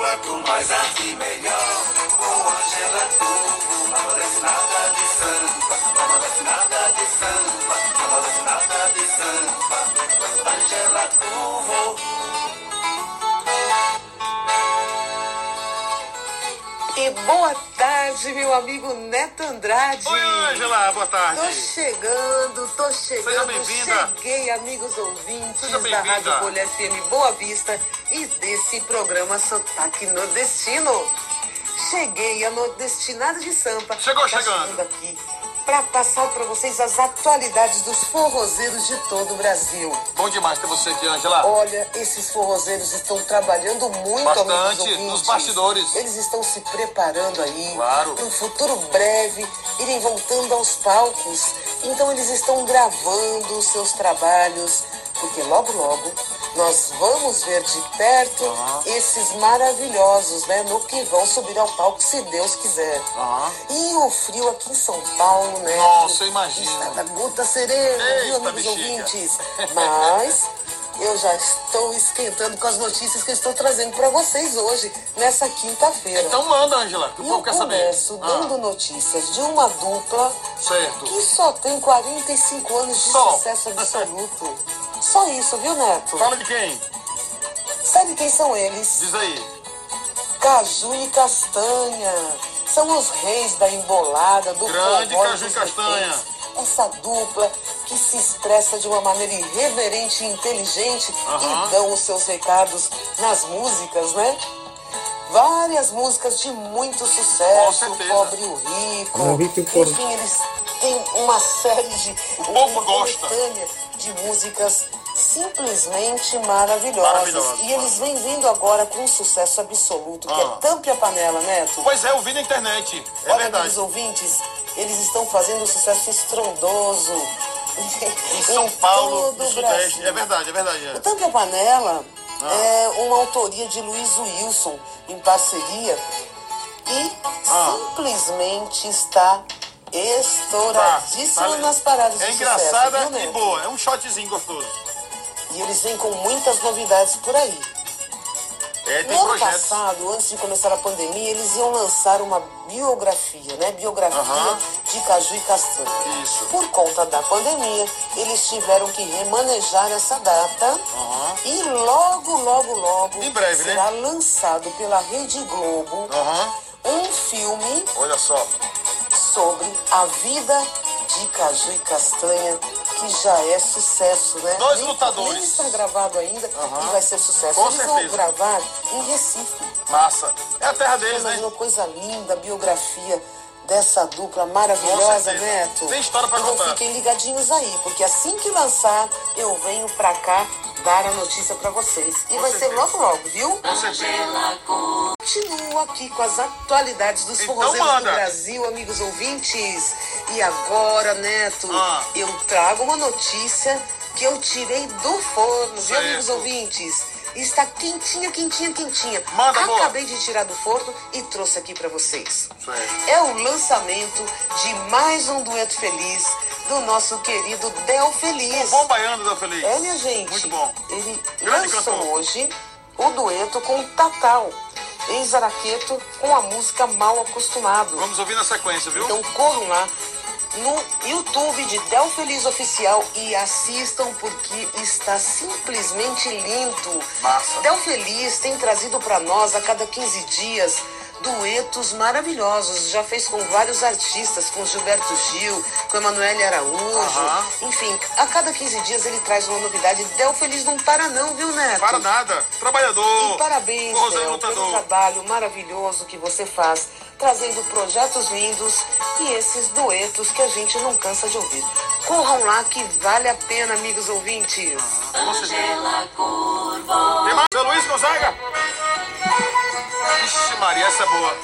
Quanto mais arte, melhor. Com Ângela Turvo, não amadece nada de samba. Não amadece nada de samba. Não amadece nada de samba. Ângela Turvo. E boa tarde, meu amigo Neto Andrade. Oi, Ângela, boa tarde. Tô chegando. Seja bem-vinda. Cheguei, amigos ouvintes Seja da bem-vinda. Rádio Folha FM Boa Vista e desse programa Sotaque Nordestino. Cheguei a Nordestinada de Sampa. Chegou Tá chegando. chegando aqui para passar para vocês as atualidades dos forrozeiros de todo o Brasil. Bom demais ter você aqui, Ângela. Olha, esses forrozeiros estão trabalhando muito, amigos Bastante, ouvintes. nos bastidores. Eles estão se preparando aí Claro. para um futuro breve irem voltando aos palcos. Então eles estão gravando os seus trabalhos, porque logo, logo nós vamos ver de perto esses maravilhosos, né, no que vão subir ao palco, se Deus quiser. E o frio aqui em São Paulo, né? Nossa, eu imagino. Está da gota serena, viu, Eita, amigos bexiga. ouvintes? Mas eu já estou esquentando com as notícias que eu estou trazendo para vocês hoje, nessa quinta-feira. Então manda, Ângela, que o E povo eu quer saber. começo dando notícias de uma dupla Certo. que só tem 45 anos de Só. sucesso absoluto. Só isso, viu, Neto? Fala de quem? Sabe quem são eles? Diz aí. Caju e Castanha. São os reis da embolada, do Grande forró Caju e dos Castanha. vertentes. Essa dupla que se expressa de uma maneira irreverente e inteligente e dão os seus recados nas músicas, né? Várias músicas de muito Com sucesso, certeza. o Pobre e o Rico. O Rico e o Pobre. Enfim, eles têm uma série de... O povo uma gosta. coletânea de músicas simplesmente maravilhosas. Maravilhosas. E eles vêm vindo agora com um sucesso absoluto, que é Tampe a Panela, Neto. Pois é, eu vi na internet. É Olha, verdade. amigos ouvintes, eles estão fazendo um sucesso estrondoso Em São Paulo, todo no o Sudeste. Brasil. É verdade, é O verdade. Tampe a Panela é uma autoria de Luiz Wilson, em parceria, e simplesmente está estouradíssimo Tá. nas paradas É de engraçada sucesso, viu, e Neto? boa. É um shotzinho gostoso. E eles vêm com muitas novidades por aí. É, tem No ano projetos. passado, antes de começar a pandemia, eles iam lançar uma biografia, né? Biografia de Caju e Castanha. Isso. Por conta da pandemia, eles tiveram que remanejar essa data e logo Em breve, será lançado pela Rede Globo um filme Olha só. sobre a vida de Caju e Castanha, que já é sucesso, né? Dois Nem- lutadores. Nem está gravado ainda e vai ser sucesso. Com Eles certeza. vão gravar em Recife. Massa. É a terra deles, Mas né? uma coisa linda, a biografia dessa dupla Com maravilhosa, certeza. Neto. Tem história pra Então contar. fiquem ligadinhos aí, porque assim que lançar, eu venho pra cá dar a notícia pra vocês. E vai ser certeza. logo, viu? Com certeza. Continuo aqui com as atualidades dos Então forrozeiros do manda. Brasil, amigos ouvintes. E agora, Neto, eu trago uma notícia que eu tirei do forno, viu, Certo. amigos ouvintes? Está quentinha. Manda, amor. Acabei de tirar do forno e trouxe aqui pra vocês. Certo. É o lançamento de mais um dueto feliz do nosso querido Del Feliz. Bom baiano, Del Feliz. É, minha gente. Muito bom. Ele Grande lançou cantor. hoje o dueto com Tatal, ex-Araqueto, com a música Mal Acostumado. Vamos ouvir na sequência, viu? Então corram lá no YouTube de Del Feliz Oficial e assistam, porque está simplesmente lindo. Massa. Del Feliz tem trazido para nós a cada 15 dias duetos maravilhosos. Já fez com vários artistas, com Gilberto Gil, com Emanuele Araújo. Enfim, a cada 15 dias ele traz uma novidade. Del Feliz não para não, viu, Neto? Para nada. Trabalhador. E parabéns, Forrozeiro Del, pelo lutador. trabalho maravilhoso que você faz, trazendo projetos lindos e esses duetos que a gente não cansa de ouvir. Corram lá que vale a pena, amigos ouvintes. Com certeza. Tem mais? Zé Luiz Gonzaga? Ixi, Maria, essa é boa.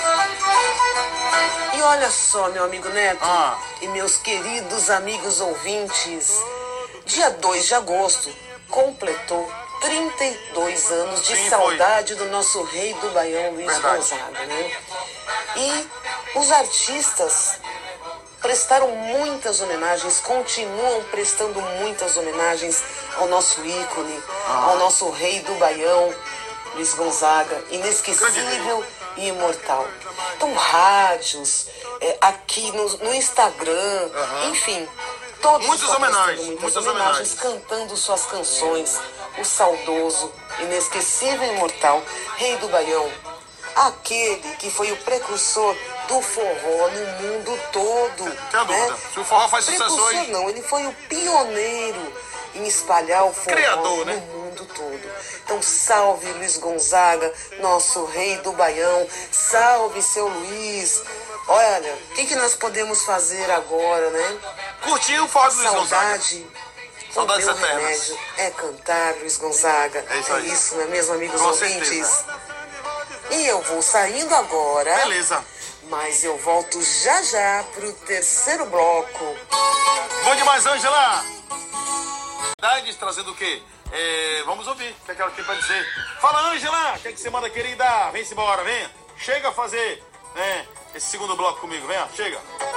E olha só, meu amigo Neto Ah. e meus queridos amigos ouvintes, dia 2 de agosto completou 32 anos de Sim, saudade do nosso rei do Baião, Luiz Verdade. Gonzaga, né? E os artistas prestaram muitas homenagens, continuam prestando muitas homenagens ao nosso ícone, ao nosso rei do Baião. Luiz Gonzaga, inesquecível e imortal. Então, rádios, aqui no Instagram, enfim, todos muitas estão prestando homenagens, muitas homenagens, cantando suas canções. O saudoso, inesquecível e imortal Rei do Baião, aquele que foi o precursor do forró no mundo todo. Sem dúvida. Se o forró faz sucesso Precursor hoje... não, ele foi o pioneiro em espalhar o forró Criador, né? no mundo todo. Então, salve Luiz Gonzaga, nosso Rei do Baião. Salve, seu Luiz. Olha, o que nós podemos fazer agora, né? Curtir o forró do Luiz Gonzaga. Saudade. Saudades O meu eternas. remédio é cantar, Luiz Gonzaga. É isso aí. Isso, não é mesmo, amigos Com ouvintes? certeza. E eu vou saindo agora. Beleza. Mas eu volto já pro terceiro bloco. Bom demais, Ângela. Trazendo o quê? Vamos ouvir o que ela tem pra dizer. Fala, Ângela. O que você manda, querida? Vem-se embora, venha. Chega a fazer esse segundo bloco comigo. Venha, chega.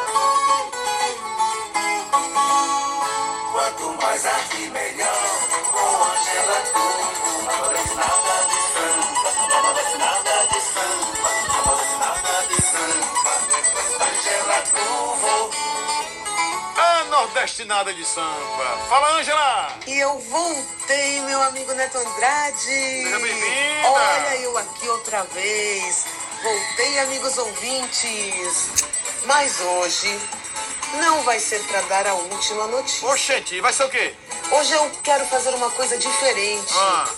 Quanto mais arte, melhor. Com Ângela Turvo, não aparece nada de samba, não aparece nada de samba, não aparece nada de samba. Ângela Turvo. A nordestinada de samba. Fala, Ângela. E eu voltei, meu amigo Neto Andrade. Seja bem-vinda. Olha eu aqui outra vez. Voltei, amigos ouvintes. Mas hoje não vai ser para dar a última notícia. Oxente, vai ser o quê? Hoje eu quero fazer uma coisa diferente.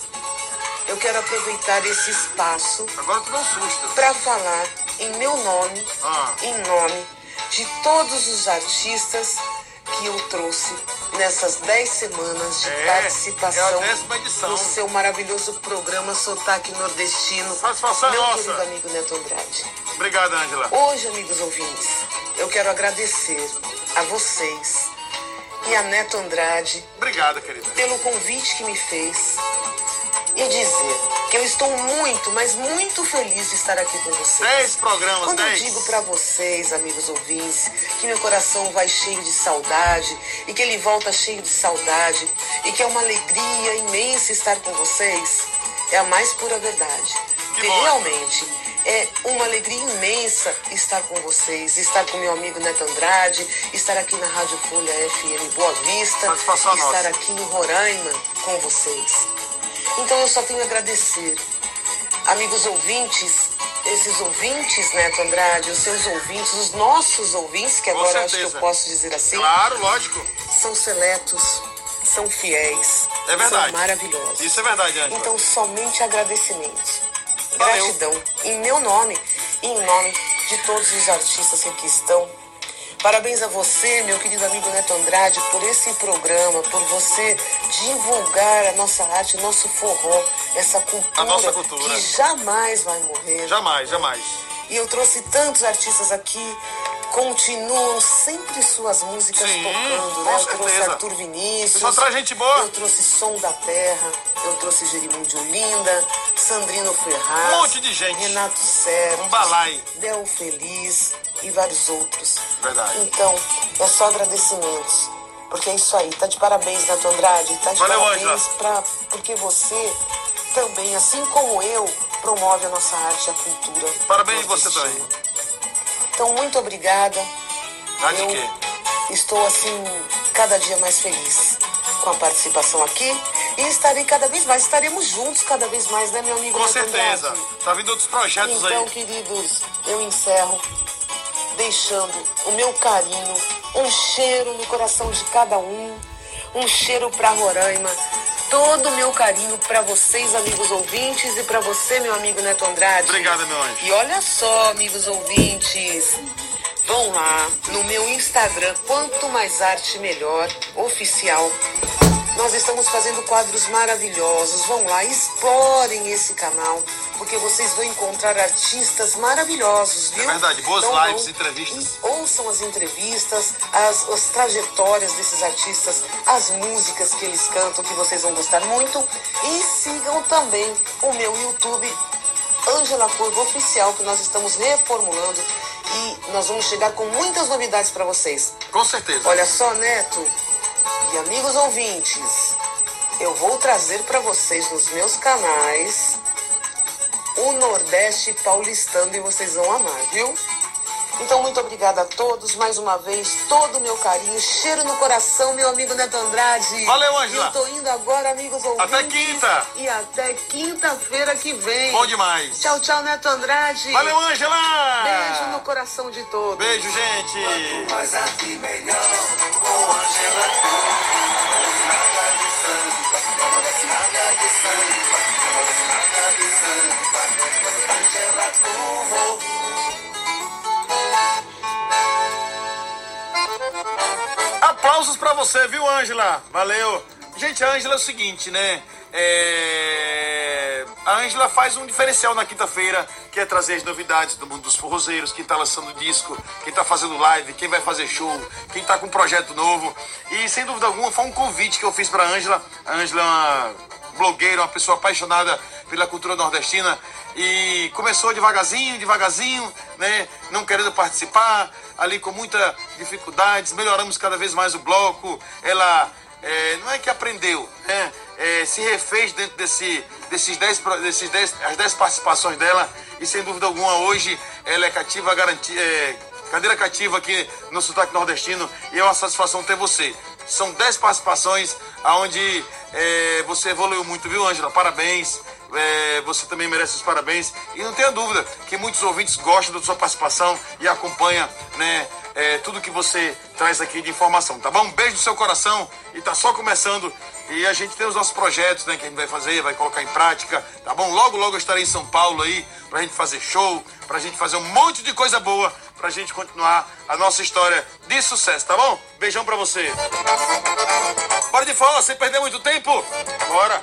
Eu quero aproveitar esse espaço Agora tu deu um susto. para falar em meu nome, em nome de todos os artistas que eu trouxe nessas 10 semanas de participação é a 10ª edição. no seu maravilhoso programa Sotaque Nordestino. Satisfação meu nossa. querido amigo Neto Andrade. Obrigado, Ângela. Hoje, amigos ouvintes, eu quero agradecer a vocês e a Neto Andrade Obrigado, querida. pelo convite que me fez e dizer que eu estou muito, mas muito feliz de estar aqui com vocês. 10 programas, Quando 10. eu digo para vocês, amigos ouvintes, que meu coração vai cheio de saudade e que ele volta cheio de saudade e que é uma alegria imensa estar com vocês, é a mais pura verdade. Que Porque bom. realmente é uma alegria imensa estar com vocês, estar com meu amigo Neto Andrade, estar aqui na Rádio Folha FM Boa Vista, Satisfação estar nossa. aqui em Roraima com vocês. Então eu só tenho a agradecer. Amigos ouvintes, esses ouvintes, Neto Andrade, os seus ouvintes, os nossos ouvintes, que Com agora acho que certeza. eu posso dizer assim, Claro, lógico. são seletos, são fiéis, É verdade. são maravilhosos. Isso é verdade, Ângela. Então, somente agradecimentos. Valeu. Gratidão em meu nome e em nome de todos os artistas que aqui estão. Parabéns a você, meu querido amigo Neto Andrade, por esse programa, por você divulgar a nossa arte, o nosso forró, essa cultura, A nossa cultura. que jamais vai morrer. Jamais, jamais. E eu trouxe tantos artistas aqui, continuam sempre suas músicas Sim, tocando, com né? Eu trouxe certeza. Arthur Vinícius, Só traz gente boa. eu trouxe Som da Terra, eu trouxe Jerimum Olinda, Sandrino Ferraz, Um monte de gente. Renato Serra, Um balai. Del Feliz e vários outros. Verdade. Então, é só agradecimentos. Porque é isso aí, tá de parabéns, Neto Andrade, tá de Valeu, parabéns porque você também, assim como eu, promove a nossa arte e a cultura. Parabéns você nordestina. também. Então, muito obrigada. Ah, de Eu quê? estou, assim, cada dia mais feliz com a participação aqui. E estarei cada vez mais, estaremos juntos cada vez mais, né, meu amigo Com Neto certeza. Andrade? Tá vindo outros projetos Então, aí. queridos, eu encerro deixando o meu carinho, um cheiro no coração de cada um cheiro para Roraima, todo o meu carinho para vocês, amigos ouvintes, e para você, meu amigo Neto Andrade. Obrigado, meu anjo. E olha só, amigos ouvintes, vão lá no meu Instagram, Quanto Mais Arte Melhor, oficial. Nós estamos fazendo quadros maravilhosos. Vão lá, explorem esse canal, porque vocês vão encontrar artistas maravilhosos, viu? É verdade, boas Então, lives, vão entrevistas. e ouçam as entrevistas, as trajetórias desses artistas, as músicas que eles cantam, que vocês vão gostar muito. E sigam também o meu YouTube, Ângela Curva Oficial, que nós estamos reformulando e nós vamos chegar com muitas novidades para vocês. Com certeza. Olha só, Neto e amigos ouvintes, eu vou trazer para vocês nos meus canais o Nordeste paulistano e vocês vão amar, viu? Então, muito obrigada a todos, mais uma vez, todo o meu carinho, cheiro no coração, meu amigo Neto Andrade. Valeu, Ângela. Eu tô indo agora, amigos ouvintes. Até quinta. E até quinta-feira que vem. Bom demais. Tchau, tchau, Neto Andrade. Valeu, Ângela. Beijo no coração de todos. Beijo, gente. Mais arte melhor, com Ângela Turvo. Nada de samba, nada de samba, nada de samba. Ângela Turvo. Aplausos pra você, viu, Ângela? Valeu. Gente, a Ângela é o seguinte, né? A Ângela faz um diferencial na quinta-feira, que é trazer as novidades do mundo dos forrozeiros, quem tá lançando disco, quem tá fazendo live, quem vai fazer show, quem tá com um projeto novo. E, sem dúvida alguma, foi um convite que eu fiz pra Ângela. A Ângela é uma blogueira, uma pessoa apaixonada pela cultura nordestina e começou devagarzinho, né? Não querendo participar, ali com muitas dificuldades, melhoramos cada vez mais o bloco. Ela não é que aprendeu, né? Se refez dentro as 10 participações dela e, sem dúvida alguma, hoje ela é cativa, cadeira cativa aqui no Sotaque Nordestino e é uma satisfação ter você. São 10 participações onde você evoluiu muito, viu, Ângela? Parabéns. Você também merece os parabéns. E não tenha dúvida que muitos ouvintes gostam da sua participação e acompanham, né, tudo que você traz aqui de informação, tá bom? Um beijo no seu coração e tá só começando. E a gente tem os nossos projetos, né, que a gente vai fazer, vai colocar em prática, tá bom? Logo eu estarei em São Paulo aí pra gente fazer show, pra gente fazer um monte de coisa boa, pra gente continuar a nossa história de sucesso, tá bom? Beijão pra você. Bora de fala, sem perder muito tempo. Bora.